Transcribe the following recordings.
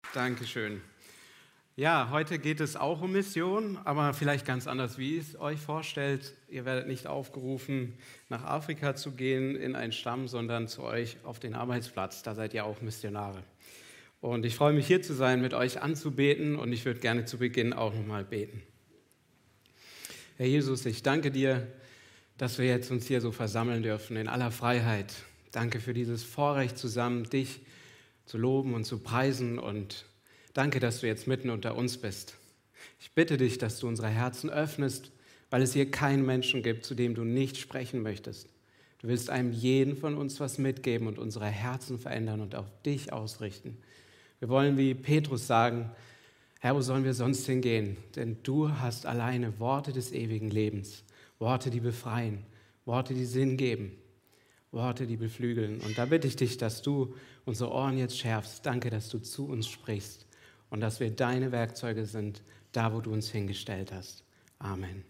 Dankeschön. Ja, heute geht es auch um Mission, aber vielleicht ganz anders, wie ihr es euch vorstellt. Ihr werdet nicht aufgerufen, nach Afrika zu gehen in einen Stamm, sondern zu euch auf den Arbeitsplatz. Da seid ihr auch Missionare. Und ich freue mich, hier zu sein, mit euch anzubeten, und ich würde gerne zu Beginn auch nochmal beten. Herr Jesus, ich danke dir, dass wir jetzt uns hier so versammeln dürfen in aller Freiheit. Danke für dieses Vorrecht, zusammen dich zu loben und zu preisen, und danke, dass du jetzt mitten unter uns bist. Ich bitte dich, dass du unsere Herzen öffnest, weil es hier keinen Menschen gibt, zu dem du nicht sprechen möchtest. Du willst einem jeden von uns was mitgeben und unsere Herzen verändern und auf dich ausrichten. Wir wollen wie Petrus sagen: Herr, wo sollen wir sonst hingehen? Denn du hast alleine Worte des ewigen Lebens, Worte, die befreien, Worte, die Sinn geben, Worte, die beflügeln. Und da bitte ich dich, dass du unsere Ohren jetzt schärfst. Danke, dass du zu uns sprichst und dass wir deine Werkzeuge sind, da wo du uns hingestellt hast. Amen.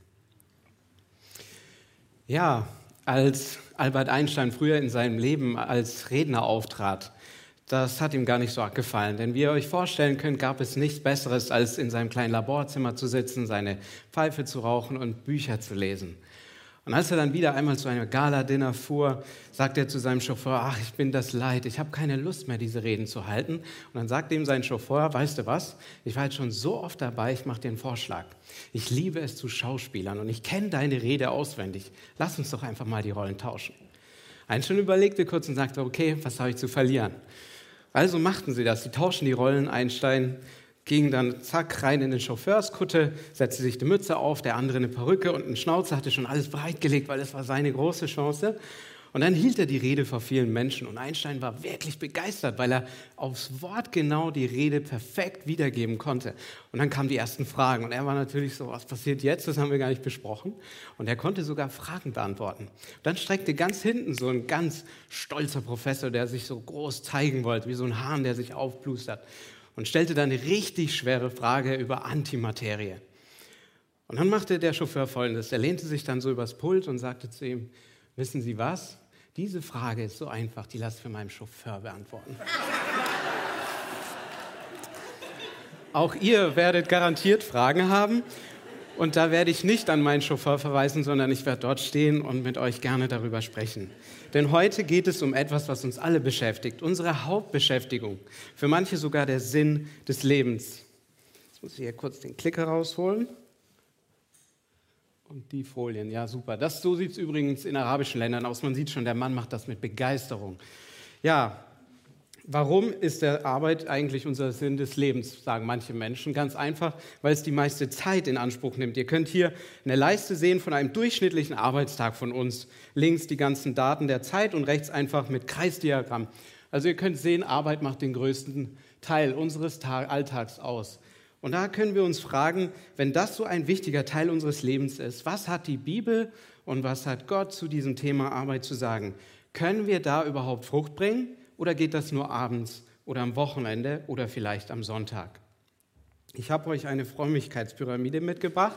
Ja, als Albert Einstein früher in seinem Leben als Redner auftrat, das hat ihm gar nicht so gefallen. Denn wie ihr euch vorstellen könnt, gab es nichts Besseres, als in seinem kleinen Laborzimmer zu sitzen, seine Pfeife zu rauchen und Bücher zu lesen. Und als er dann wieder einmal zu einem Gala-Dinner fuhr, sagte er zu seinem Chauffeur: Ach, ich bin das leid, ich habe keine Lust mehr, diese Reden zu halten. Und dann sagte ihm sein Chauffeur: Weißt du was, ich war jetzt schon so oft dabei, ich mache dir einen Vorschlag. Ich liebe es zu Schauspielern und ich kenne deine Rede auswendig. Lass uns doch einfach mal die Rollen tauschen. Einstein überlegte kurz und sagte: Okay, was habe ich zu verlieren? Also machten sie das, sie tauschten die Rollen. Einstein ging dann zack rein in den Chauffeurskutte, setzte sich die Mütze auf, der andere eine Perücke und einen Schnauzer, hatte schon alles bereitgelegt, weil es war seine große Chance. Und dann hielt er die Rede vor vielen Menschen, und Einstein war wirklich begeistert, weil er aufs Wort genau die Rede perfekt wiedergeben konnte. Und dann kamen die ersten Fragen, und er war natürlich so: Was passiert jetzt? Das haben wir gar nicht besprochen. Und er konnte sogar Fragen beantworten. Und dann streckte ganz hinten so ein ganz stolzer Professor, der sich so groß zeigen wollte, wie so ein Hahn, der sich aufplustert, und stellte dann eine richtig schwere Frage über Antimaterie. Und dann machte der Chauffeur Folgendes: Er lehnte sich dann so übers Pult und sagte zu ihm: Wissen Sie was? Diese Frage ist so einfach, die lasse ich von meinem Chauffeur beantworten. Auch ihr werdet garantiert Fragen haben, und da werde ich nicht an meinen Chauffeur verweisen, sondern ich werde dort stehen und mit euch gerne darüber sprechen. Denn heute geht es um etwas, was uns alle beschäftigt, unsere Hauptbeschäftigung, für manche sogar der Sinn des Lebens. Jetzt muss ich hier kurz den Klicker rausholen. Und die Folien, ja super. So sieht es übrigens in arabischen Ländern aus. Man sieht schon, der Mann macht das mit Begeisterung. Ja, warum ist der Arbeit eigentlich unser Sinn des Lebens, sagen manche Menschen? Ganz einfach, weil es die meiste Zeit in Anspruch nimmt. Ihr könnt hier eine Leiste sehen von einem durchschnittlichen Arbeitstag von uns. Links die ganzen Daten der Zeit und rechts einfach mit Kreisdiagramm. Also ihr könnt sehen, Arbeit macht den größten Teil unseres Alltags aus. Und da können wir uns fragen, wenn das so ein wichtiger Teil unseres Lebens ist, was hat die Bibel und was hat Gott zu diesem Thema Arbeit zu sagen? Können wir da überhaupt Frucht bringen, oder geht das nur abends oder am Wochenende oder vielleicht am Sonntag? Ich habe euch eine Frömmigkeitspyramide mitgebracht.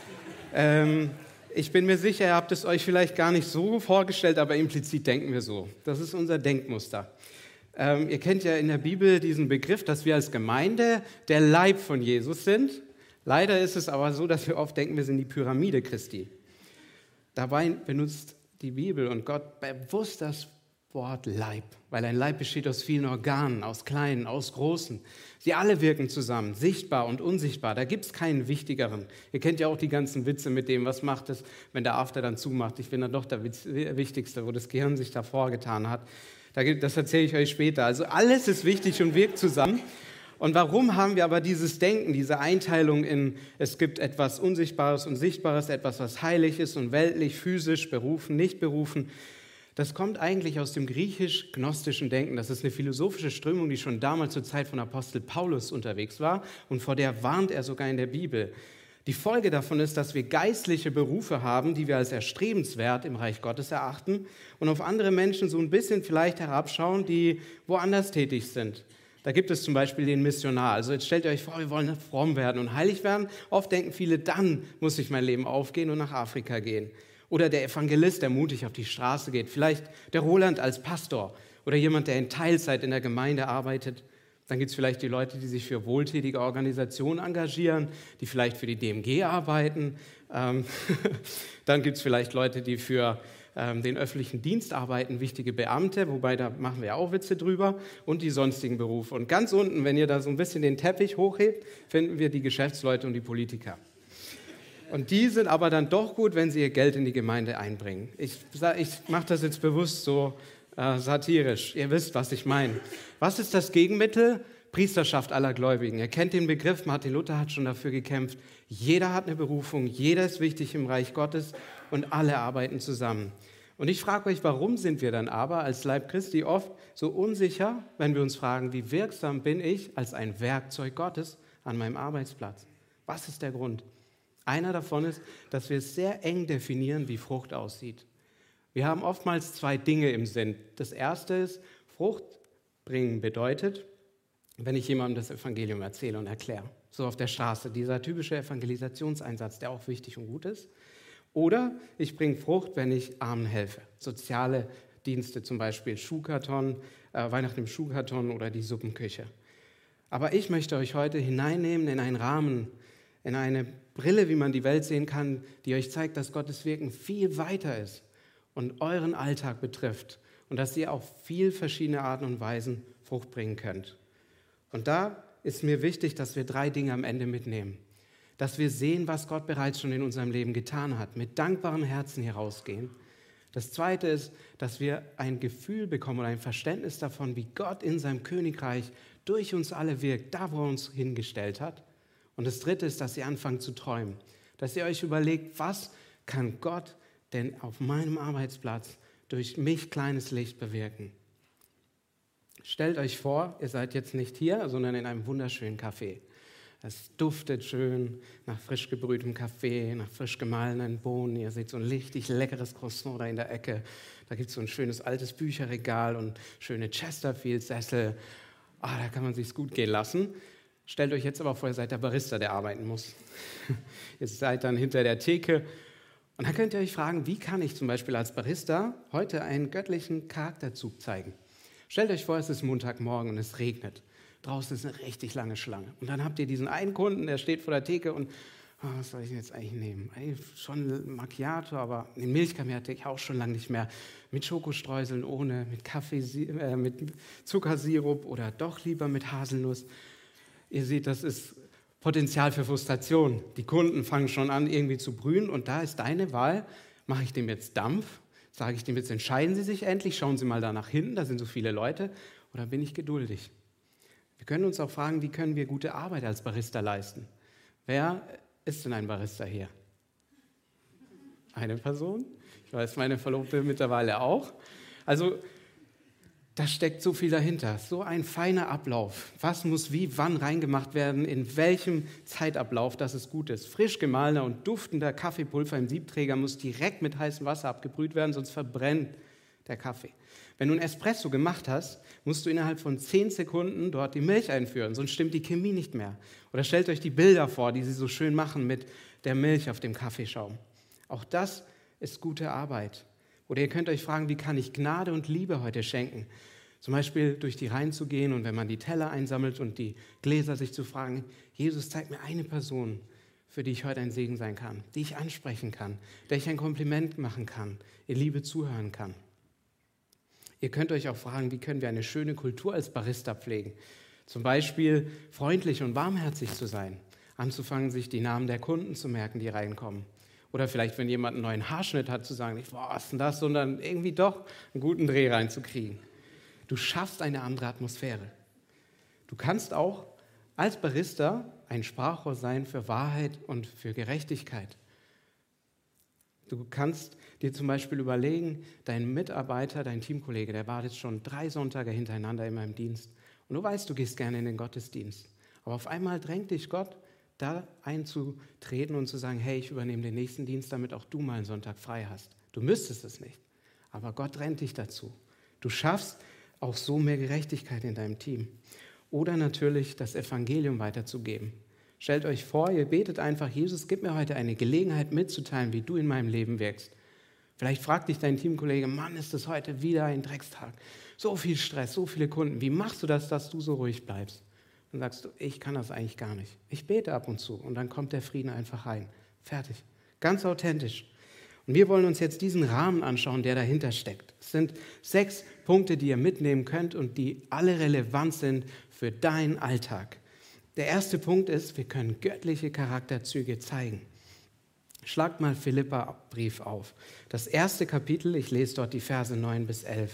Ich bin mir sicher, ihr habt es euch vielleicht gar nicht so vorgestellt, aber implizit denken wir so. Das ist unser Denkmuster. Ihr kennt ja in der Bibel diesen Begriff, dass wir als Gemeinde der Leib von Jesus sind. Leider ist es aber so, dass wir oft denken, wir sind die Pyramide Christi. Dabei benutzt die Bibel und Gott bewusst das Wort Leib, weil ein Leib besteht aus vielen Organen, aus kleinen, aus großen. Sie alle wirken zusammen, sichtbar und unsichtbar. Da gibt es keinen wichtigeren. Ihr kennt ja auch die ganzen Witze mit dem, was macht es, wenn der After dann zumacht. Ich bin dann doch der Wichtigste, wo das Gehirn sich davor getan hat. Das erzähle ich euch später. Also alles ist wichtig und wirkt zusammen. Und warum haben wir aber dieses Denken, diese Einteilung in, es gibt etwas Unsichtbares und Sichtbares, etwas, was heilig ist und weltlich, physisch, berufen, nicht berufen? Das kommt eigentlich aus dem griechisch-gnostischen Denken. Das ist eine philosophische Strömung, die schon damals zur Zeit von Apostel Paulus unterwegs war, und vor der warnt er sogar in der Bibel. Die Folge davon ist, dass wir geistliche Berufe haben, die wir als erstrebenswert im Reich Gottes erachten, und auf andere Menschen so ein bisschen vielleicht herabschauen, die woanders tätig sind. Da gibt es zum Beispiel den Missionar. Also jetzt stellt ihr euch vor, wir wollen fromm werden und heilig werden. Oft denken viele, dann muss ich mein Leben aufgehen und nach Afrika gehen. Oder der Evangelist, der mutig auf die Straße geht. Vielleicht der Roland als Pastor oder jemand, der in Teilzeit in der Gemeinde arbeitet. Dann gibt es vielleicht die Leute, die sich für wohltätige Organisationen engagieren, die vielleicht für die DMG arbeiten. Dann gibt es vielleicht Leute, die für den öffentlichen Dienst arbeiten, wichtige Beamte, wobei da machen wir auch Witze drüber, und die sonstigen Berufe. Und ganz unten, wenn ihr da so ein bisschen den Teppich hochhebt, finden wir die Geschäftsleute und die Politiker. Und die sind aber dann doch gut, wenn sie ihr Geld in die Gemeinde einbringen. Ich mache das jetzt bewusst so satirisch. Ihr wisst, was ich meine. Was ist das Gegenmittel? Priesterschaft aller Gläubigen. Ihr kennt den Begriff, Martin Luther hat schon dafür gekämpft. Jeder hat eine Berufung, jeder ist wichtig im Reich Gottes und alle arbeiten zusammen. Und ich frage euch, warum sind wir dann aber als Leib Christi oft so unsicher, wenn wir uns fragen, wie wirksam bin ich als ein Werkzeug Gottes an meinem Arbeitsplatz? Was ist der Grund? Einer davon ist, dass wir sehr eng definieren, wie Frucht aussieht. Wir haben oftmals zwei Dinge im Sinn. Das erste ist, Frucht bringen bedeutet, wenn ich jemandem das Evangelium erzähle und erkläre. So auf der Straße, dieser typische Evangelisationseinsatz, der auch wichtig und gut ist. Oder ich bringe Frucht, wenn ich Armen helfe. Soziale Dienste, zum Beispiel Schuhkarton, Weihnachten im Schuhkarton oder die Suppenküche. Aber ich möchte euch heute hineinnehmen in einen Rahmen, in eine Brille, wie man die Welt sehen kann, die euch zeigt, dass Gottes Wirken viel weiter ist und euren Alltag betrifft und dass ihr auf viel verschiedene Arten und Weisen Frucht bringen könnt. Und da ist mir wichtig, dass wir 3 Dinge am Ende mitnehmen. Dass wir sehen, was Gott bereits schon in unserem Leben getan hat, mit dankbarem Herzen hier rausgehen. Das Zweite ist, dass wir ein Gefühl bekommen oder ein Verständnis davon, wie Gott in seinem Königreich durch uns alle wirkt, da wo er uns hingestellt hat. Und das Dritte ist, dass ihr anfangt zu träumen. Dass ihr euch überlegt, was kann Gott denn auf meinem Arbeitsplatz durch mich kleines Licht bewirken? Stellt euch vor, ihr seid jetzt nicht hier, sondern in einem wunderschönen Café. Es duftet schön nach frisch gebrühtem Kaffee, nach frisch gemahlenen Bohnen. Ihr seht so ein richtig leckeres Croissant da in der Ecke. Da gibt es so ein schönes altes Bücherregal und schöne Chesterfield-Sessel. Da kann man sich's gut gehen lassen. Stellt euch jetzt aber vor, ihr seid der Barista, der arbeiten muss. Ihr seid dann hinter der Theke. Und dann könnt ihr euch fragen, wie kann ich zum Beispiel als Barista heute einen göttlichen Charakterzug zeigen? Stellt euch vor, es ist Montagmorgen und es regnet. Draußen ist eine richtig lange Schlange. Und dann habt ihr diesen einen Kunden, der steht vor der Theke und was soll ich denn jetzt eigentlich nehmen? Eigentlich schon Macchiato, aber den Milchkaffee hatte ich auch schon lange nicht mehr. Mit Schokostreuseln ohne, mit mit Zuckersirup oder doch lieber mit Haselnuss. Ihr seht, das ist Potenzial für Frustration. Die Kunden fangen schon an, irgendwie zu brühen und da ist deine Wahl. Mache ich dem jetzt Dampf? Sage ich dem jetzt, entscheiden Sie sich endlich, schauen Sie mal da nach hinten, da sind so viele Leute, oder bin ich geduldig? Wir können uns auch fragen, wie können wir gute Arbeit als Barista leisten? Wer ist denn ein Barista hier? Eine Person? Ich weiß, meine Verlobte mittlerweile auch. Also, da steckt so viel dahinter, so ein feiner Ablauf. Was muss wie, wann reingemacht werden, in welchem Zeitablauf, dass es gut ist. Frisch gemahlener und duftender Kaffeepulver im Siebträger muss direkt mit heißem Wasser abgebrüht werden, sonst verbrennt der Kaffee. Wenn du einen Espresso gemacht hast, musst du innerhalb von 10 Sekunden dort die Milch einführen, sonst stimmt die Chemie nicht mehr. Oder stellt euch die Bilder vor, die sie so schön machen mit der Milch auf dem Kaffeeschaum. Auch das ist gute Arbeit. Oder ihr könnt euch fragen, wie kann ich Gnade und Liebe heute schenken? Zum Beispiel durch die Reihen zu gehen und wenn man die Teller einsammelt und die Gläser sich zu fragen, Jesus, zeig mir eine Person, für die ich heute ein Segen sein kann, die ich ansprechen kann, der ich ein Kompliment machen kann, ihr Liebe zuhören kann. Ihr könnt euch auch fragen, wie können wir eine schöne Kultur als Barista pflegen? Zum Beispiel freundlich und warmherzig zu sein, anzufangen, sich die Namen der Kunden zu merken, die reinkommen. Oder vielleicht, wenn jemand einen neuen Haarschnitt hat, zu sagen, nicht, was ist denn das, sondern irgendwie doch einen guten Dreh reinzukriegen. Du schaffst eine andere Atmosphäre. Du kannst auch als Barista ein Sprachrohr sein für Wahrheit und für Gerechtigkeit. Du kannst dir zum Beispiel überlegen, dein Mitarbeiter, dein Teamkollege, der wartet schon 3 Sonntage hintereinander in meinem Dienst. Und du weißt, du gehst gerne in den Gottesdienst. Aber auf einmal drängt dich Gott, da einzutreten und zu sagen, hey, ich übernehme den nächsten Dienst, damit auch du mal einen Sonntag frei hast. Du müsstest es nicht, aber Gott drängt dich dazu. Du schaffst auch so mehr Gerechtigkeit in deinem Team. Oder natürlich das Evangelium weiterzugeben. Stellt euch vor, ihr betet einfach, Jesus, gib mir heute eine Gelegenheit mitzuteilen, wie du in meinem Leben wirkst. Vielleicht fragt dich dein Teamkollege, Mann, ist das heute wieder ein Dreckstag. So viel Stress, so viele Kunden. Wie machst du das, dass du so ruhig bleibst? Dann sagst du, ich kann das eigentlich gar nicht. Ich bete ab und zu und dann kommt der Frieden einfach rein. Fertig. Ganz authentisch. Und wir wollen uns jetzt diesen Rahmen anschauen, der dahinter steckt. Es sind 6 Punkte, die ihr mitnehmen könnt und die alle relevant sind für deinen Alltag. Der erste Punkt ist, wir können göttliche Charakterzüge zeigen. Schlagt mal Philippa-Brief auf. Das erste Kapitel, ich lese dort die Verse 9 bis 11.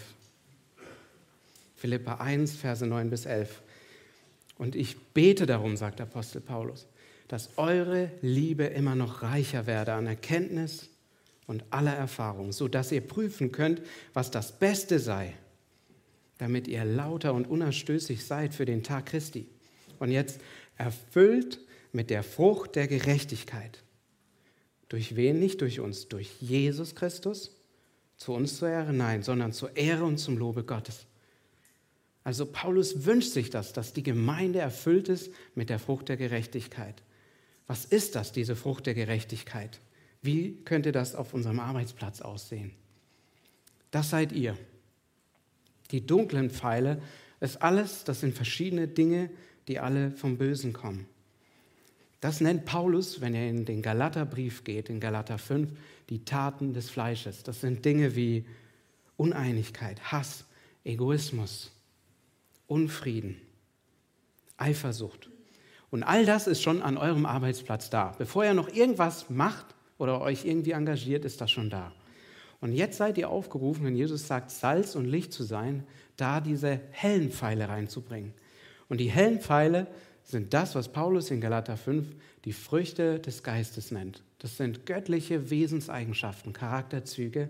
Philippa 1, Verse 9 bis 11. Und ich bete darum, sagt Apostel Paulus, dass eure Liebe immer noch reicher werde an Erkenntnis und aller Erfahrung, sodass ihr prüfen könnt, was das Beste sei, damit ihr lauter und unanstößig seid für den Tag Christi. Und jetzt erfüllt mit der Frucht der Gerechtigkeit. Durch wen? Nicht durch uns, durch Jesus Christus, zu uns zur Ehre, nein, sondern zur Ehre und zum Lobe Gottes. Also Paulus wünscht sich das, dass die Gemeinde erfüllt ist mit der Frucht der Gerechtigkeit. Was ist das, diese Frucht der Gerechtigkeit? Wie könnte das auf unserem Arbeitsplatz aussehen? Das seid ihr. Die dunklen Pfeile ist alles, das sind verschiedene Dinge, die alle vom Bösen kommen. Das nennt Paulus, wenn er in den Galaterbrief geht, in Galater 5, die Taten des Fleisches. Das sind Dinge wie Uneinigkeit, Hass, Egoismus, Unfrieden, Eifersucht. Und all das ist schon an eurem Arbeitsplatz da. Bevor ihr noch irgendwas macht oder euch irgendwie engagiert, ist das schon da. Und jetzt seid ihr aufgerufen, wenn Jesus sagt, Salz und Licht zu sein, da diese hellen Pfeile reinzubringen. Und die hellen Pfeile sind das, was Paulus in Galater 5 die Früchte des Geistes nennt. Das sind göttliche Wesenseigenschaften, Charakterzüge,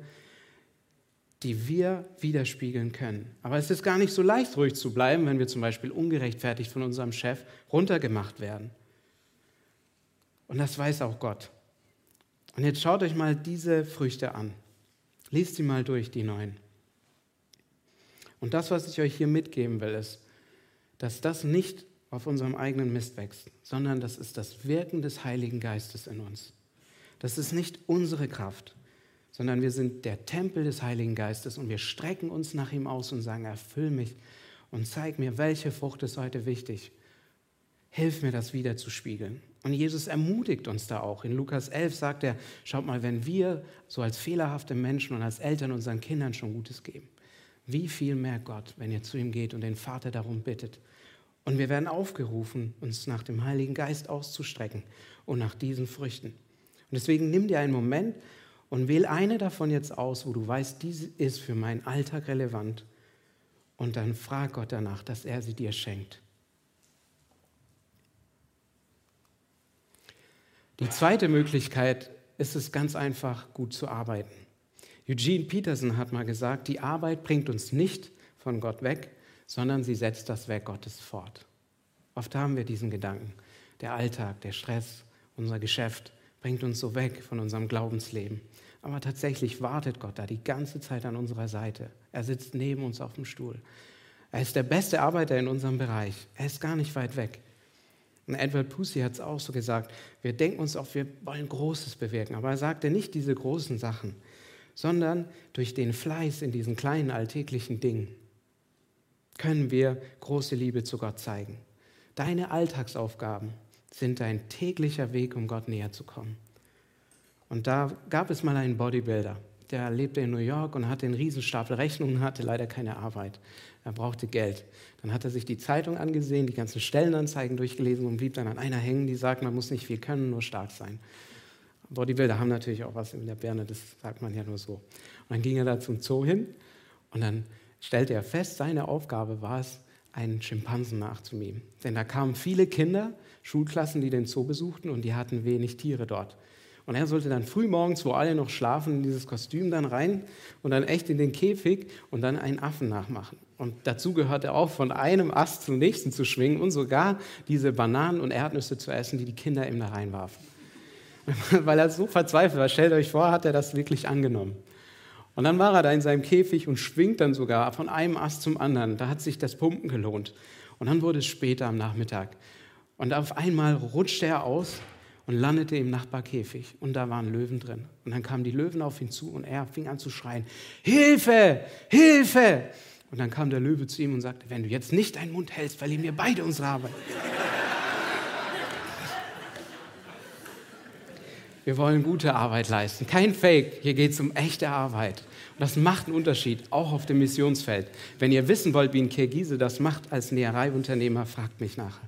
die wir widerspiegeln können. Aber es ist gar nicht so leicht, ruhig zu bleiben, wenn wir zum Beispiel ungerechtfertigt von unserem Chef runtergemacht werden. Und das weiß auch Gott. Und jetzt schaut euch mal diese Früchte an. Lest sie mal durch, die 9. Und das, was ich euch hier mitgeben will, ist, dass das nicht auf unserem eigenen Mist wächst, sondern das ist das Wirken des Heiligen Geistes in uns. Das ist nicht unsere Kraft, sondern wir sind der Tempel des Heiligen Geistes und wir strecken uns nach ihm aus und sagen, erfüll mich und zeig mir, welche Frucht ist heute wichtig. Hilf mir, das wiederzuspiegeln. Und Jesus ermutigt uns da auch. In Lukas 11 sagt er, schaut mal, wenn wir so als fehlerhafte Menschen und als Eltern unseren Kindern schon Gutes geben, wie viel mehr Gott, wenn ihr zu ihm geht und den Vater darum bittet. Und wir werden aufgerufen, uns nach dem Heiligen Geist auszustrecken und nach diesen Früchten. Und deswegen nimm dir einen Moment und wähl eine davon jetzt aus, wo du weißt, diese ist für meinen Alltag relevant. Und dann frag Gott danach, dass er sie dir schenkt. Die zweite Möglichkeit ist es ganz einfach, gut zu arbeiten. Eugene Peterson hat mal gesagt, die Arbeit bringt uns nicht von Gott weg, sondern sie setzt das Werk Gottes fort. Oft haben wir diesen Gedanken. Der Alltag, der Stress, unser Geschäft bringt uns so weg von unserem Glaubensleben. Aber tatsächlich wartet Gott da die ganze Zeit an unserer Seite. Er sitzt neben uns auf dem Stuhl. Er ist der beste Arbeiter in unserem Bereich. Er ist gar nicht weit weg. Und Edward Pusey hat es auch so gesagt, wir denken uns oft, wir wollen Großes bewirken. Aber er sagte nicht diese großen Sachen, sondern durch den Fleiß in diesen kleinen alltäglichen Dingen können wir große Liebe zu Gott zeigen. Deine Alltagsaufgaben sind dein täglicher Weg, um Gott näher zu kommen. Und da gab es mal einen Bodybuilder, der lebte in New York und hatte einen Riesenstapel Rechnungen, hatte leider keine Arbeit. Er brauchte Geld. Dann hat er sich die Zeitung angesehen, die ganzen Stellenanzeigen durchgelesen und blieb dann an einer hängen, die sagt, man muss nicht viel können, nur stark sein. Bodybuilder haben natürlich auch was in der Birne, das sagt man ja nur so. Und dann ging er da zum Zoo hin und dann stellte er fest, seine Aufgabe war es, einen Schimpansen nachzumähen. Denn da kamen viele Kinder, Schulklassen, die den Zoo besuchten und die hatten wenig Tiere dort. Und er sollte dann früh morgens, wo alle noch schlafen, in dieses Kostüm dann rein und dann echt in den Käfig und dann einen Affen nachmachen. Und dazu gehörte auch, von einem Ast zum nächsten zu schwingen und sogar diese Bananen und Erdnüsse zu essen, die die Kinder ihm da reinwarfen. Weil er so verzweifelt war, stellt euch vor, hat er das wirklich angenommen. Und dann war er da in seinem Käfig und schwingt dann sogar von einem Ast zum anderen. Da hat sich das Pumpen gelohnt. Und dann wurde es später am Nachmittag. Und auf einmal rutschte er aus und landete im Nachbarkäfig. Und da waren Löwen drin. Und dann kamen die Löwen auf ihn zu und er fing an zu schreien, Hilfe, Hilfe! Und dann kam der Löwe zu ihm und sagte, wenn du jetzt nicht deinen Mund hältst, verlieren wir beide unsere Arbeit. Wir wollen gute Arbeit leisten, kein Fake. Hier geht es um echte Arbeit. Und das macht einen Unterschied, auch auf dem Missionsfeld. Wenn ihr wissen wollt, wie ein Kirgise das macht als Nähereiunternehmer, fragt mich nachher.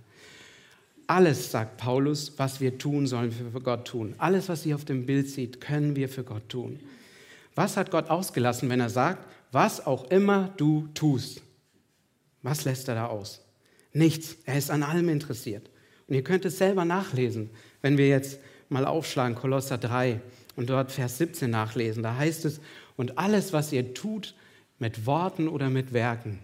Alles, sagt Paulus, was wir tun, sollen wir für Gott tun. Alles, was ihr auf dem Bild seht, können wir für Gott tun. Was hat Gott ausgelassen, wenn er sagt, was auch immer du tust? Was lässt er da aus? Nichts. Er ist an allem interessiert. Und ihr könnt es selber nachlesen, wenn wir jetzt mal aufschlagen, Kolosser 3 und dort Vers 17 nachlesen. Da heißt es, und alles, was ihr tut, mit Worten oder mit Werken,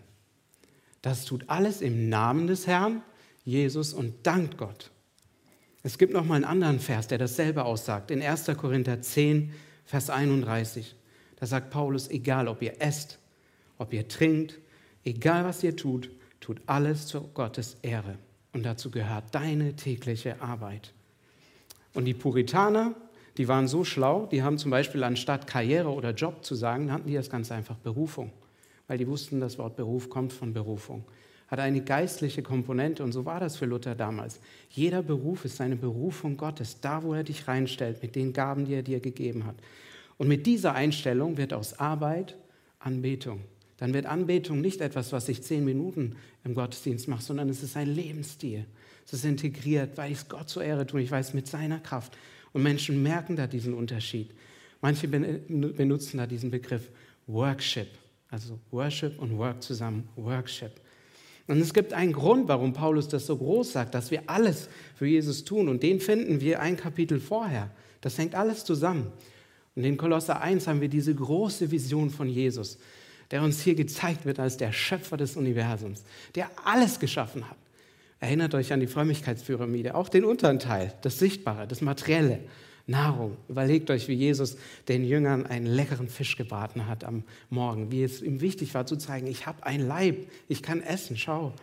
das tut alles im Namen des Herrn, Jesus, und dankt Gott. Es gibt noch mal einen anderen Vers, der dasselbe aussagt, in 1. Korinther 10, Vers 31. Da sagt Paulus, egal ob ihr esst, ob ihr trinkt, egal was ihr tut, tut alles zu Gottes Ehre. Und dazu gehört deine tägliche Arbeit. Und die Puritaner, die waren so schlau, die haben zum Beispiel anstatt Karriere oder Job zu sagen, hatten die das ganz einfach Berufung. Weil die wussten, das Wort Beruf kommt von Berufung. Hat eine geistliche Komponente und so war das für Luther damals. Jeder Beruf ist eine Berufung Gottes, da wo er dich reinstellt, mit den Gaben, die er dir gegeben hat. Und mit dieser Einstellung wird aus Arbeit Anbetung. Dann wird Anbetung nicht etwas, was ich 10 Minuten im Gottesdienst mache, sondern es ist ein Lebensstil. Es ist integriert, weil ich es Gott zur Ehre tue. Ich weiß, mit seiner Kraft. Und Menschen merken da diesen Unterschied. Manche benutzen da diesen Begriff Workship, also Worship und Work zusammen, Workship. Und es gibt einen Grund, warum Paulus das so groß sagt, dass wir alles für Jesus tun. Und den finden wir ein Kapitel vorher. Das hängt alles zusammen. Und in Kolosser 1 haben wir diese große Vision von Jesus, der uns hier gezeigt wird als der Schöpfer des Universums, der alles geschaffen hat. Erinnert euch an die Frömmigkeitspyramide, auch den unteren Teil, das Sichtbare, das Materielle, Nahrung. Überlegt euch, wie Jesus den Jüngern einen leckeren Fisch gebraten hat am Morgen, wie es ihm wichtig war zu zeigen, ich habe ein Leib, ich kann essen, schau.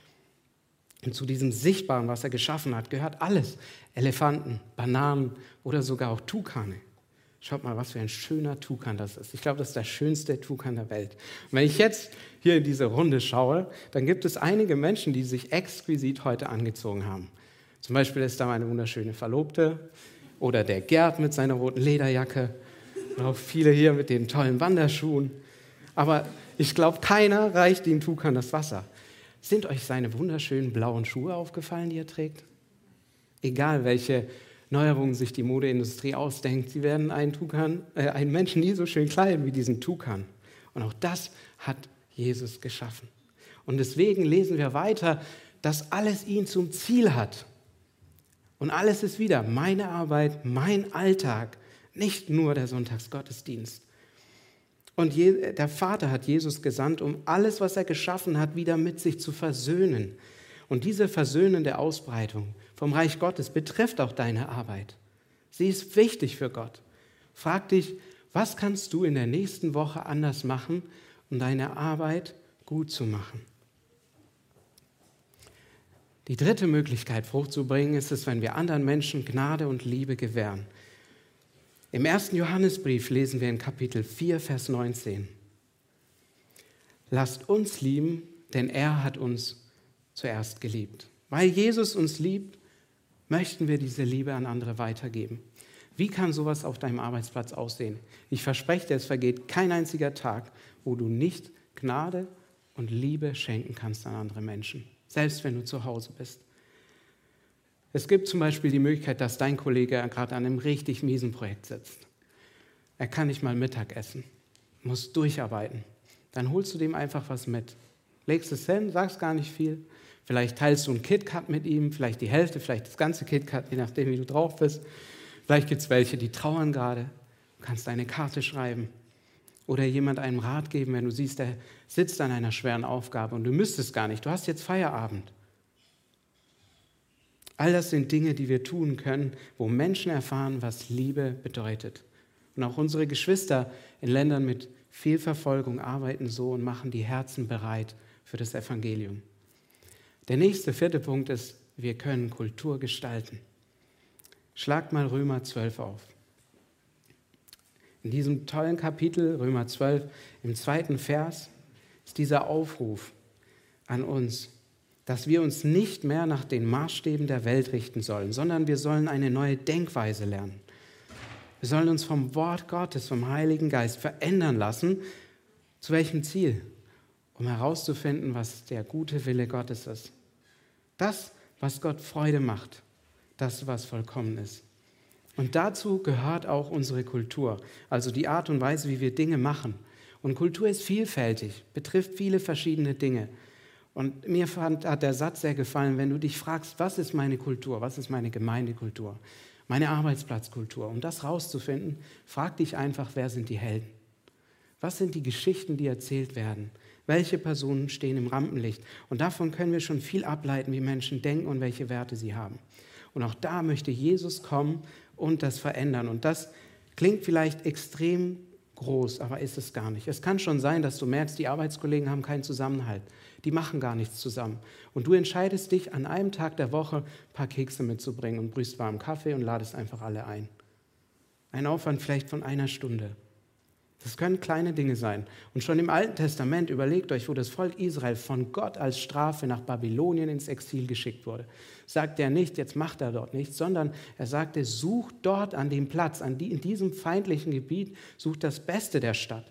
Und zu diesem Sichtbaren, was er geschaffen hat, gehört alles. Elefanten, Bananen oder sogar auch Tukane. Schaut mal, was für ein schöner Tukan das ist. Ich glaube, das ist der schönste Tukan der Welt. Und wenn ich jetzt hier in diese Runde schaue, dann gibt es einige Menschen, die sich exquisit heute angezogen haben. Zum Beispiel ist da meine wunderschöne Verlobte oder der Gerd mit seiner roten Lederjacke und auch viele hier mit den tollen Wanderschuhen. Aber ich glaube, keiner reicht dem Tukan das Wasser. Sind euch seine wunderschönen blauen Schuhe aufgefallen, die er trägt? Egal, welche Neuerungen sich die Modeindustrie ausdenkt, sie werden einen Menschen nie so schön kleiden wie diesen Tukan. Und auch das hat Jesus geschaffen. Und deswegen lesen wir weiter, dass alles ihn zum Ziel hat. Und alles ist wieder meine Arbeit, mein Alltag, nicht nur der Sonntagsgottesdienst. Und der Vater hat Jesus gesandt, um alles, was er geschaffen hat, wieder mit sich zu versöhnen. Und diese versöhnende Ausbreitung vom Reich Gottes betrifft auch deine Arbeit. Sie ist wichtig für Gott. Frag dich, was kannst du in der nächsten Woche anders machen, um deine Arbeit gut zu machen? Die dritte Möglichkeit, Frucht zu bringen, ist es, wenn wir anderen Menschen Gnade und Liebe gewähren. Im 1. Johannesbrief lesen wir in Kapitel 4, Vers 19. Lasst uns lieben, denn er hat uns zuerst geliebt. Weil Jesus uns liebt, möchten wir diese Liebe an andere weitergeben. Wie kann sowas auf deinem Arbeitsplatz aussehen? Ich verspreche dir, es vergeht kein einziger Tag, wo du nicht Gnade und Liebe schenken kannst an andere Menschen, selbst wenn du zu Hause bist. Es gibt zum Beispiel die Möglichkeit, dass dein Kollege gerade an einem richtig miesen Projekt sitzt. Er kann nicht mal Mittag essen, muss durcharbeiten. Dann holst du dem einfach was mit. Legst es hin, sagst gar nicht viel. Vielleicht teilst du ein KitKat mit ihm, vielleicht die Hälfte, vielleicht das ganze KitKat, je nachdem, wie du drauf bist. Vielleicht gibt es welche, die trauern gerade. Du kannst eine Karte schreiben oder jemand einen Rat geben, wenn du siehst, der sitzt an einer schweren Aufgabe und du müsstest gar nicht. Du hast jetzt Feierabend. All das sind Dinge, die wir tun können, wo Menschen erfahren, was Liebe bedeutet. Und auch unsere Geschwister in Ländern mit viel Verfolgung arbeiten so und machen die Herzen bereit für das Evangelium. Der nächste, 4. Punkt ist, wir können Kultur gestalten. Schlagt mal Römer 12 auf. In diesem tollen Kapitel, Römer 12, im 2. Vers, ist dieser Aufruf an uns, dass wir uns nicht mehr nach den Maßstäben der Welt richten sollen, sondern wir sollen eine neue Denkweise lernen. Wir sollen uns vom Wort Gottes, vom Heiligen Geist verändern lassen. Zu welchem Ziel? Um herauszufinden, was der gute Wille Gottes ist. Das, was Gott Freude macht. Das, was vollkommen ist. Und dazu gehört auch unsere Kultur, also die Art und Weise, wie wir Dinge machen. Und Kultur ist vielfältig, betrifft viele verschiedene Dinge. Und mir hat der Satz sehr gefallen, wenn du dich fragst, was ist meine Kultur, was ist meine Gemeindekultur, meine Arbeitsplatzkultur. Um das rauszufinden, frag dich einfach, wer sind die Helden? Was sind die Geschichten, die erzählt werden? Welche Personen stehen im Rampenlicht? Und davon können wir schon viel ableiten, wie Menschen denken und welche Werte sie haben. Und auch da möchte Jesus kommen und das verändern. Und das klingt vielleicht extrem groß, aber ist es gar nicht. Es kann schon sein, dass du merkst, die Arbeitskollegen haben keinen Zusammenhalt. Die machen gar nichts zusammen. Und du entscheidest dich, an einem Tag der Woche ein paar Kekse mitzubringen und brühst warmen Kaffee und ladest einfach alle ein. Ein Aufwand vielleicht von 1 Stunde. Das können kleine Dinge sein. Und schon im Alten Testament, überlegt euch, wo das Volk Israel von Gott als Strafe nach Babylonien ins Exil geschickt wurde. Sagt er nicht, jetzt macht er dort nichts, sondern er sagte, sucht dort an dem Platz, in diesem feindlichen Gebiet, sucht das Beste der Stadt.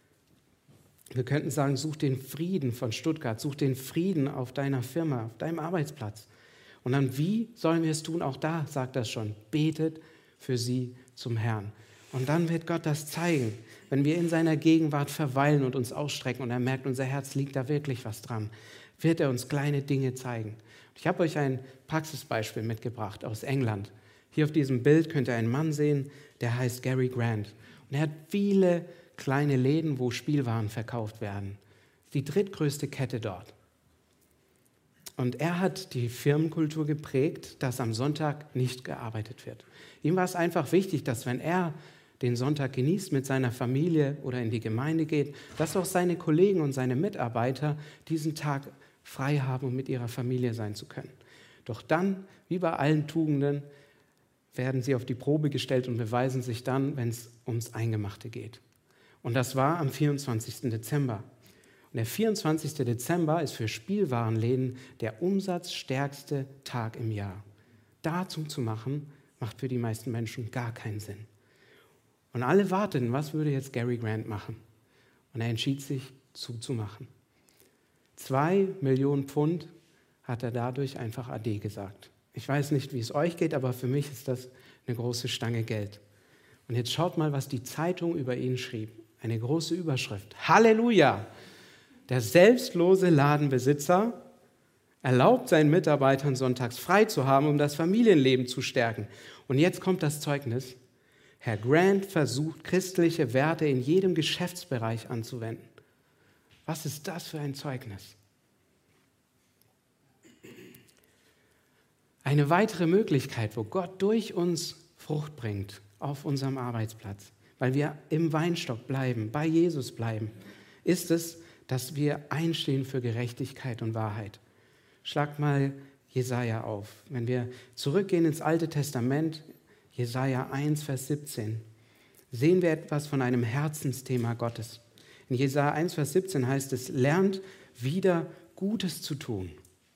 Wir könnten sagen, such den Frieden von Stuttgart, such den Frieden auf deiner Firma, auf deinem Arbeitsplatz. Und dann, wie sollen wir es tun? Auch da sagt er schon, betet für sie zum Herrn. Und dann wird Gott das zeigen, wenn wir in seiner Gegenwart verweilen und uns ausstrecken und er merkt, unser Herz liegt da wirklich was dran, wird er uns kleine Dinge zeigen. Ich habe euch ein Praxisbeispiel mitgebracht aus England. Hier auf diesem Bild könnt ihr einen Mann sehen, der heißt Gary Grant. Und er hat viele kleine Läden, wo Spielwaren verkauft werden. Die drittgrößte Kette dort. Und er hat die Firmenkultur geprägt, dass am Sonntag nicht gearbeitet wird. Ihm war es einfach wichtig, dass wenn er den Sonntag genießt, mit seiner Familie oder in die Gemeinde geht, dass auch seine Kollegen und seine Mitarbeiter diesen Tag frei haben, um mit ihrer Familie sein zu können. Doch dann, wie bei allen Tugenden, werden sie auf die Probe gestellt und beweisen sich dann, wenn es ums Eingemachte geht. Und das war am 24. Dezember. Und der 24. Dezember ist für Spielwarenläden der umsatzstärkste Tag im Jahr. Dazu zu machen, macht für die meisten Menschen gar keinen Sinn. Und alle warteten, was würde jetzt Gary Grant machen? Und er entschied sich, zuzumachen. 2 Millionen Pfund hat er dadurch einfach Ade gesagt. Ich weiß nicht, wie es euch geht, aber für mich ist das eine große Stange Geld. Und jetzt schaut mal, was die Zeitung über ihn schrieb. Eine große Überschrift. Halleluja! Der selbstlose Ladenbesitzer erlaubt seinen Mitarbeitern sonntags frei zu haben, um das Familienleben zu stärken. Und jetzt kommt das Zeugnis. Herr Grant versucht, christliche Werte in jedem Geschäftsbereich anzuwenden. Was ist das für ein Zeugnis? Eine weitere Möglichkeit, wo Gott durch uns Frucht bringt auf unserem Arbeitsplatz, weil wir im Weinstock bleiben, bei Jesus bleiben, ist es, dass wir einstehen für Gerechtigkeit und Wahrheit. Schlagt mal Jesaja auf. Wenn wir zurückgehen ins Alte Testament, Jesaja 1, Vers 17, sehen wir etwas von einem Herzensthema Gottes. In Jesaja 1, Vers 17 heißt es, lernt wieder Gutes zu tun.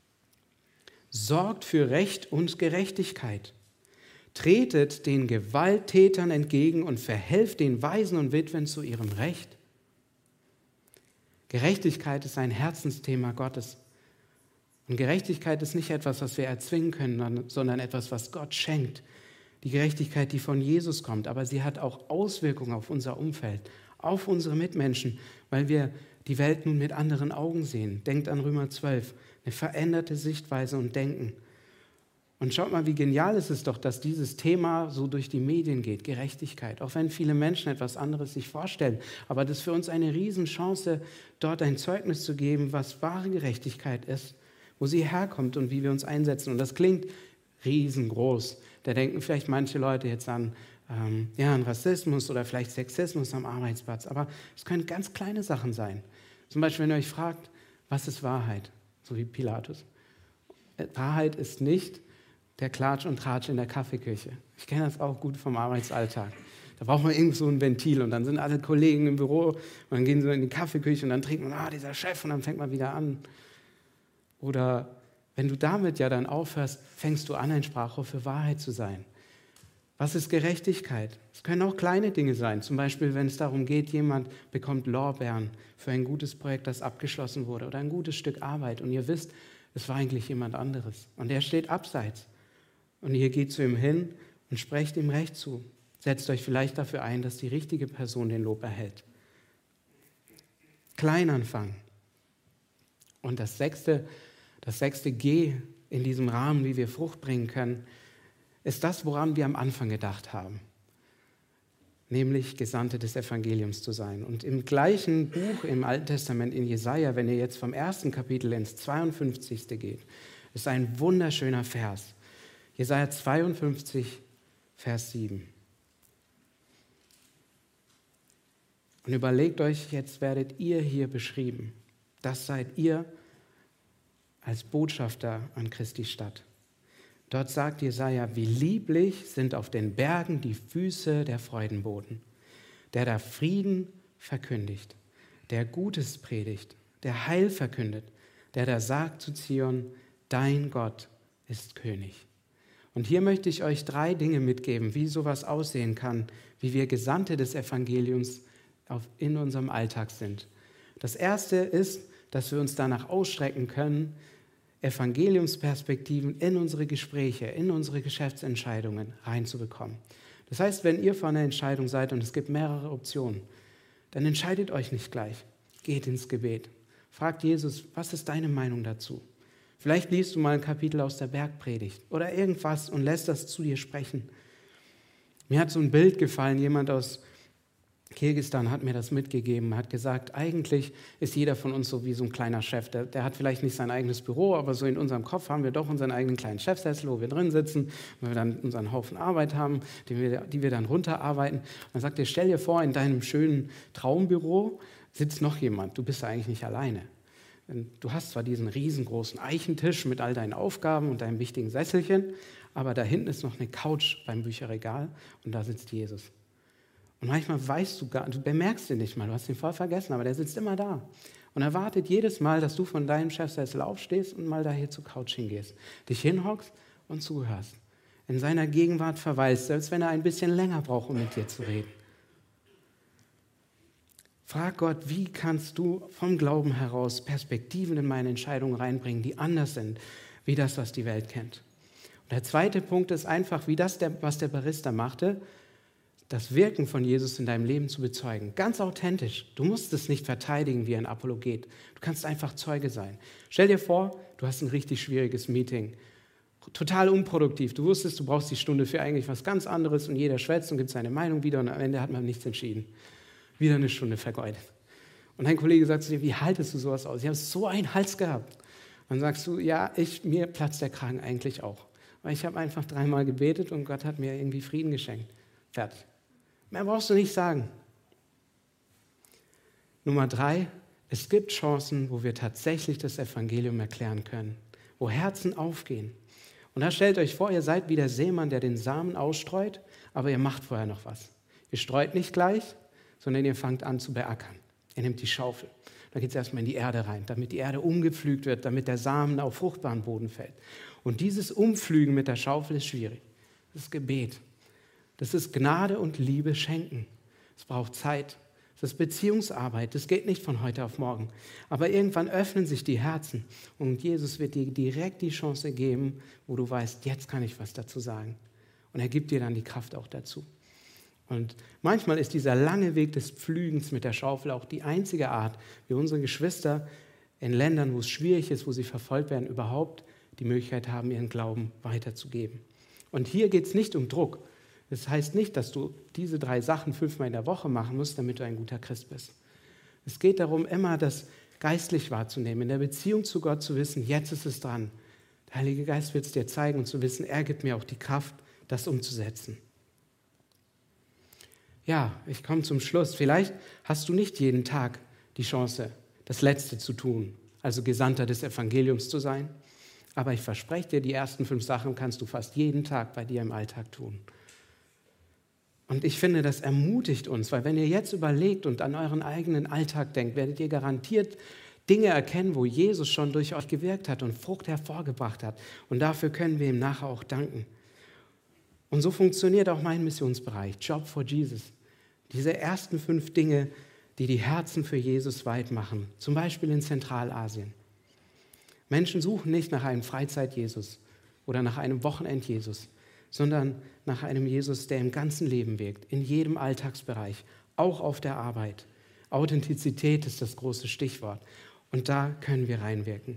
Sorgt für Recht und Gerechtigkeit. Tretet den Gewalttätern entgegen und verhelft den Waisen und Witwen zu ihrem Recht. Gerechtigkeit ist ein Herzensthema Gottes. Und Gerechtigkeit ist nicht etwas, was wir erzwingen können, sondern etwas, was Gott schenkt. Die Gerechtigkeit, die von Jesus kommt, aber sie hat auch Auswirkungen auf unser Umfeld, auf unsere Mitmenschen, weil wir die Welt nun mit anderen Augen sehen. Denkt an Römer 12, eine veränderte Sichtweise und Denken. Und schaut mal, wie genial ist es doch, dass dieses Thema so durch die Medien geht, Gerechtigkeit. Auch wenn viele Menschen etwas anderes sich vorstellen. Aber das ist für uns eine Riesenchance, dort ein Zeugnis zu geben, was wahre Gerechtigkeit ist, wo sie herkommt und wie wir uns einsetzen. Und das klingt riesengroß. Da denken vielleicht manche Leute jetzt an Rassismus oder vielleicht Sexismus am Arbeitsplatz. Aber es können ganz kleine Sachen sein. Zum Beispiel, wenn ihr euch fragt, was ist Wahrheit? So wie Pilatus. Wahrheit ist nicht der Klatsch und Tratsch in der Kaffeeküche. Ich kenne das auch gut vom Arbeitsalltag. Da braucht man irgend so ein Ventil und dann sind alle Kollegen im Büro und dann gehen sie in die Kaffeeküche und dann trinkt man, dieser Chef und dann fängt man wieder an. Oder wenn du damit ja dann aufhörst, fängst du an, ein Sprachrohr für Wahrheit zu sein. Was ist Gerechtigkeit? Es können auch kleine Dinge sein. Zum Beispiel, wenn es darum geht, jemand bekommt Lorbeeren für ein gutes Projekt, das abgeschlossen wurde oder ein gutes Stück Arbeit. Und ihr wisst, es war eigentlich jemand anderes. Und er steht abseits. Und ihr geht zu ihm hin und sprecht ihm Recht zu. Setzt euch vielleicht dafür ein, dass die richtige Person den Lob erhält. Klein anfangen. Und das sechste G in diesem Rahmen, wie wir Frucht bringen können, ist das, woran wir am Anfang gedacht haben, nämlich Gesandte des Evangeliums zu sein. Und im gleichen Buch im Alten Testament in Jesaja, wenn ihr jetzt vom 1. Kapitel ins 52. geht, ist ein wunderschöner Vers. Jesaja 52, Vers 7. Und überlegt euch, jetzt werdet ihr hier beschrieben. Das seid ihr als Botschafter an Christi Stadt. Dort sagt Jesaja, wie lieblich sind auf den Bergen die Füße der Freudenboten, der da Frieden verkündigt, der Gutes predigt, der Heil verkündet, der da sagt zu Zion, dein Gott ist König. Und hier möchte ich euch 3 Dinge mitgeben, wie sowas aussehen kann, wie wir Gesandte des Evangeliums in unserem Alltag sind. Das erste ist, dass wir uns danach ausstrecken können, Evangeliumsperspektiven in unsere Gespräche, in unsere Geschäftsentscheidungen reinzubekommen. Das heißt, wenn ihr vor einer Entscheidung seid und es gibt mehrere Optionen, dann entscheidet euch nicht gleich. Geht ins Gebet. Fragt Jesus, was ist deine Meinung dazu? Vielleicht liest du mal ein Kapitel aus der Bergpredigt oder irgendwas und lässt das zu dir sprechen. Mir hat so ein Bild gefallen, jemand aus Kirgisistan hat mir das mitgegeben, hat gesagt, eigentlich ist jeder von uns so wie so ein kleiner Chef. Der hat vielleicht nicht sein eigenes Büro, aber so in unserem Kopf haben wir doch unseren eigenen kleinen Chefsessel, wo wir drin sitzen, wo wir dann unseren Haufen Arbeit haben, die wir dann runterarbeiten. Und dann sagt er, stell dir vor, in deinem schönen Traumbüro sitzt noch jemand. Du bist ja eigentlich nicht alleine. Du hast zwar diesen riesengroßen Eichentisch mit all deinen Aufgaben und deinem wichtigen Sesselchen, aber da hinten ist noch eine Couch beim Bücherregal und da sitzt Jesus. Und manchmal du bemerkst ihn nicht mal, du hast ihn voll vergessen, aber der sitzt immer da. Und er wartet jedes Mal, dass du von deinem Chefsessel aufstehst und mal da hier zur Couch hingehst, dich hinhockst und zuhörst. In seiner Gegenwart verweilst, selbst wenn er ein bisschen länger braucht, um mit dir zu reden. Frag Gott, wie kannst du vom Glauben heraus Perspektiven in meine Entscheidungen reinbringen, die anders sind, wie das, was die Welt kennt. Und der zweite Punkt ist einfach, wie das, was der Barista machte, das Wirken von Jesus in deinem Leben zu bezeugen. Ganz authentisch. Du musst es nicht verteidigen wie ein Apologet. Du kannst einfach Zeuge sein. Stell dir vor, du hast ein richtig schwieriges Meeting. Total unproduktiv. Du wusstest, du brauchst die Stunde für eigentlich was ganz anderes und jeder schwätzt und gibt seine Meinung wieder und am Ende hat man nichts entschieden. Wieder eine Stunde vergeudet. Und ein Kollege sagt zu dir, wie haltest du sowas aus? Ich habe so einen Hals gehabt. Dann sagst du, ja, mir platzt der Kragen eigentlich auch. Weil ich habe einfach 3-mal gebetet und Gott hat mir irgendwie Frieden geschenkt. Fertig. Mehr brauchst du nicht sagen. Nummer 3, es gibt Chancen, wo wir tatsächlich das Evangelium erklären können, wo Herzen aufgehen. Und da stellt euch vor, ihr seid wie der Seemann, der den Samen ausstreut, aber ihr macht vorher noch was. Ihr streut nicht gleich, sondern ihr fangt an zu beackern. Ihr nehmt die Schaufel. Da geht es erstmal in die Erde rein, damit die Erde umgepflügt wird, damit der Samen auf fruchtbaren Boden fällt. Und dieses Umpflügen mit der Schaufel ist schwierig. Das ist Gebet. Das ist Gnade und Liebe schenken. Es braucht Zeit. Das ist Beziehungsarbeit. Das geht nicht von heute auf morgen. Aber irgendwann öffnen sich die Herzen und Jesus wird dir direkt die Chance geben, wo du weißt, jetzt kann ich was dazu sagen. Und er gibt dir dann die Kraft auch dazu. Und manchmal ist dieser lange Weg des Pflügens mit der Schaufel auch die einzige Art, wie unsere Geschwister in Ländern, wo es schwierig ist, wo sie verfolgt werden, überhaupt die Möglichkeit haben, ihren Glauben weiterzugeben. Und hier geht es nicht um Druck. Das heißt nicht, dass du diese 3 Sachen 5-mal in der Woche machen musst, damit du ein guter Christ bist. Es geht darum, immer das geistlich wahrzunehmen, in der Beziehung zu Gott zu wissen, jetzt ist es dran. Der Heilige Geist wird es dir zeigen und zu wissen, er gibt mir auch die Kraft, das umzusetzen. Ja, ich komme zum Schluss. Vielleicht hast du nicht jeden Tag die Chance, das Letzte zu tun, also Gesandter des Evangeliums zu sein. Aber ich verspreche dir, die ersten 5 Sachen kannst du fast jeden Tag bei dir im Alltag tun. Und ich finde, das ermutigt uns, weil wenn ihr jetzt überlegt und an euren eigenen Alltag denkt, werdet ihr garantiert Dinge erkennen, wo Jesus schon durch euch gewirkt hat und Frucht hervorgebracht hat. Und dafür können wir ihm nachher auch danken. Und so funktioniert auch mein Missionsbereich, Job for Jesus. Diese ersten 5 Dinge, die die Herzen für Jesus weit machen, zum Beispiel in Zentralasien. Menschen suchen nicht nach einem Freizeit-Jesus oder nach einem Wochenend-Jesus, sondern nach einem Jesus, der im ganzen Leben wirkt, in jedem Alltagsbereich, auch auf der Arbeit. Authentizität ist das große Stichwort. Und da können wir reinwirken.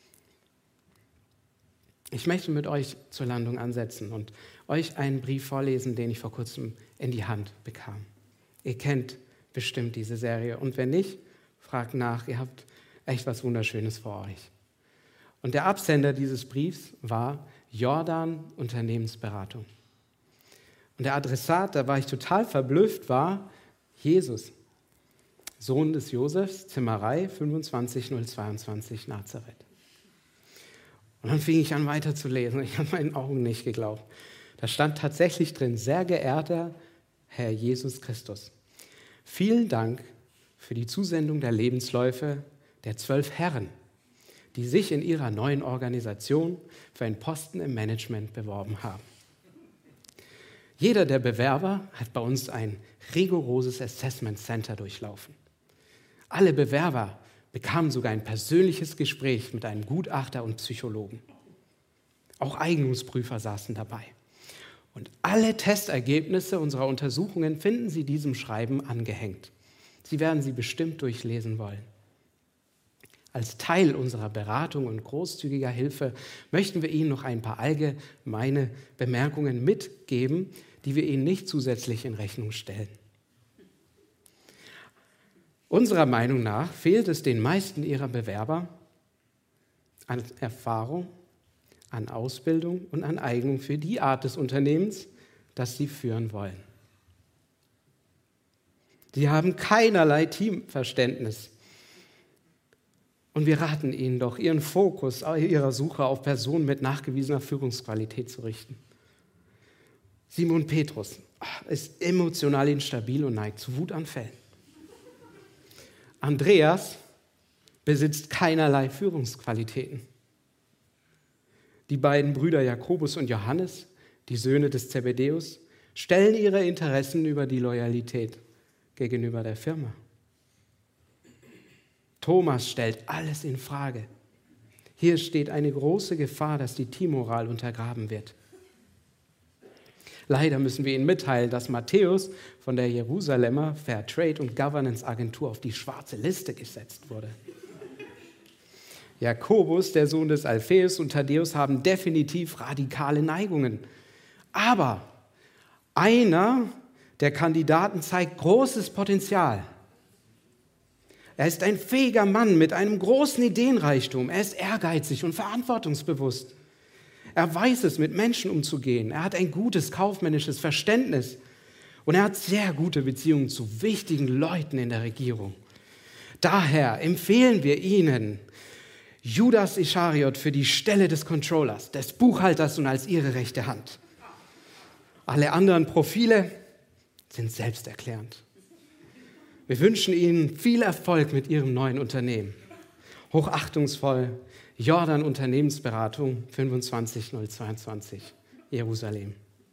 Ich möchte mit euch zur Landung ansetzen und euch einen Brief vorlesen, den ich vor kurzem in die Hand bekam. Ihr kennt bestimmt diese Serie. Und wenn nicht, fragt nach. Ihr habt echt was Wunderschönes vor euch. Und der Absender dieses Briefs war Jordan Unternehmensberatung. Und der Adressat, da war ich total verblüfft, war Jesus, Sohn des Josefs, Zimmerei 25022 Nazareth. Und dann fing ich an weiterzulesen. Ich habe meinen Augen nicht geglaubt. Da stand tatsächlich drin: Sehr geehrter Herr Jesus Christus, vielen Dank für die Zusendung der Lebensläufe der 12 Herren, die sich in ihrer neuen Organisation für einen Posten im Management beworben haben. Jeder der Bewerber hat bei uns ein rigoroses Assessment Center durchlaufen. Alle Bewerber bekamen sogar ein persönliches Gespräch mit einem Gutachter und Psychologen. Auch Eignungsprüfer saßen dabei. Und alle Testergebnisse unserer Untersuchungen finden Sie diesem Schreiben angehängt. Sie werden sie bestimmt durchlesen wollen. Als Teil unserer Beratung und großzügiger Hilfe möchten wir Ihnen noch ein paar allgemeine Bemerkungen mitgeben, die wir Ihnen nicht zusätzlich in Rechnung stellen. Unserer Meinung nach fehlt es den meisten Ihrer Bewerber an Erfahrung, an Ausbildung und an Eignung für die Art des Unternehmens, das Sie führen wollen. Sie haben keinerlei Teamverständnis. Und wir raten Ihnen doch, Ihren Fokus Ihrer Suche auf Personen mit nachgewiesener Führungsqualität zu richten. Simon Petrus ist emotional instabil und neigt zu Wutanfällen. Andreas besitzt keinerlei Führungsqualitäten. Die beiden Brüder Jakobus und Johannes, die Söhne des Zebedäus, stellen ihre Interessen über die Loyalität gegenüber der Firma. Thomas stellt alles in Frage. Hier steht eine große Gefahr, dass die Teammoral untergraben wird. Leider müssen wir Ihnen mitteilen, dass Matthäus von der Jerusalemer Fair Trade und Governance Agentur auf die schwarze Liste gesetzt wurde. Jakobus, der Sohn des Alpheus, und Thaddäus haben definitiv radikale Neigungen. Aber einer der Kandidaten zeigt großes Potenzial. Er ist ein fähiger Mann mit einem großen Ideenreichtum. Er ist ehrgeizig und verantwortungsbewusst. Er weiß es, mit Menschen umzugehen. Er hat ein gutes kaufmännisches Verständnis. Und er hat sehr gute Beziehungen zu wichtigen Leuten in der Regierung. Daher empfehlen wir Ihnen Judas Ischariot für die Stelle des Controllers, des Buchhalters und als Ihre rechte Hand. Alle anderen Profile sind selbsterklärend. Wir wünschen Ihnen viel Erfolg mit Ihrem neuen Unternehmen. Hochachtungsvoll, Jordan Unternehmensberatung 25022, Jerusalem.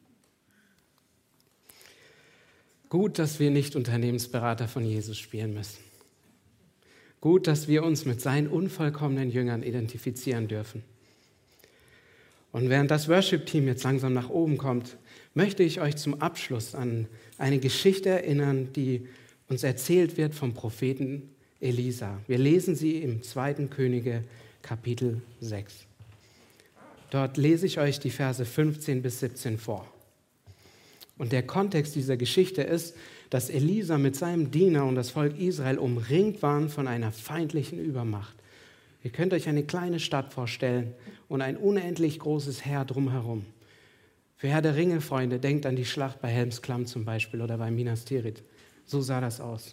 Gut, dass wir nicht Unternehmensberater von Jesus spielen müssen. Gut, dass wir uns mit seinen unvollkommenen Jüngern identifizieren dürfen. Und während das Worship-Team jetzt langsam nach oben kommt, möchte ich euch zum Abschluss an eine Geschichte erinnern, die uns erzählt wird vom Propheten Elisa. Wir lesen sie im 2. Könige, Kapitel 6. Dort lese ich euch die Verse 15 bis 17 vor. Und der Kontext dieser Geschichte ist, dass Elisa mit seinem Diener und das Volk Israel umringt waren von einer feindlichen Übermacht. Ihr könnt euch eine kleine Stadt vorstellen und ein unendlich großes Heer drumherum. Für Herr der Ringe, Freunde, denkt an die Schlacht bei Helmsklamm zum Beispiel oder bei Minas Tirith. So sah das aus.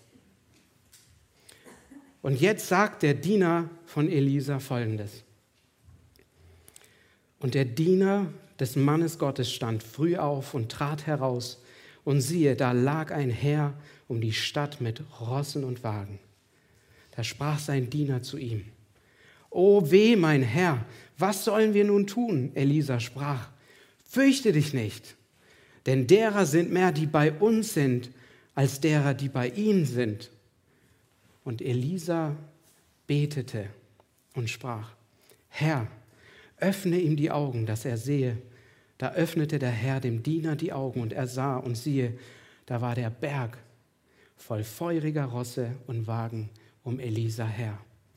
Und jetzt sagt der Diener von Elisa Folgendes. Und der Diener des Mannes Gottes stand früh auf und trat heraus Und siehe, da lag ein Heer um die Stadt mit Rossen und Wagen. Da sprach sein Diener zu ihm: O weh, mein Herr, was sollen wir nun tun? Elisa sprach: Fürchte dich nicht, denn derer sind mehr, die bei uns sind, als derer, die bei ihm sind. Und Elisa betete und sprach: Herr, öffne ihm die Augen, dass er sehe. Da öffnete der Herr dem Diener die Augen, und er sah, und siehe, da war der Berg voll feuriger Rosse und Wagen um Elisa her.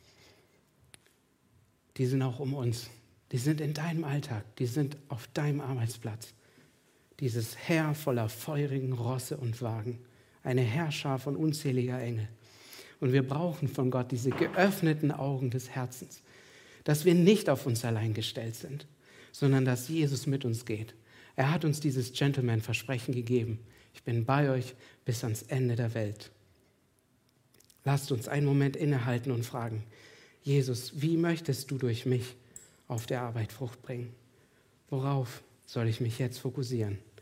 Die sind auch um uns. Die sind in deinem Alltag. Die sind auf deinem Arbeitsplatz. Dieses Heer voller feurigen Rosse und Wagen. Eine Heerschar von unzähliger Engel. Und wir brauchen von Gott diese geöffneten Augen des Herzens, dass wir nicht auf uns allein gestellt sind, sondern dass Jesus mit uns geht. Er hat uns dieses Gentleman-Versprechen gegeben: Ich bin bei euch bis ans Ende der Welt. Lasst uns einen Moment innehalten und fragen: Jesus, wie möchtest du durch mich auf der Arbeit Frucht bringen? Worauf soll ich mich jetzt fokussieren?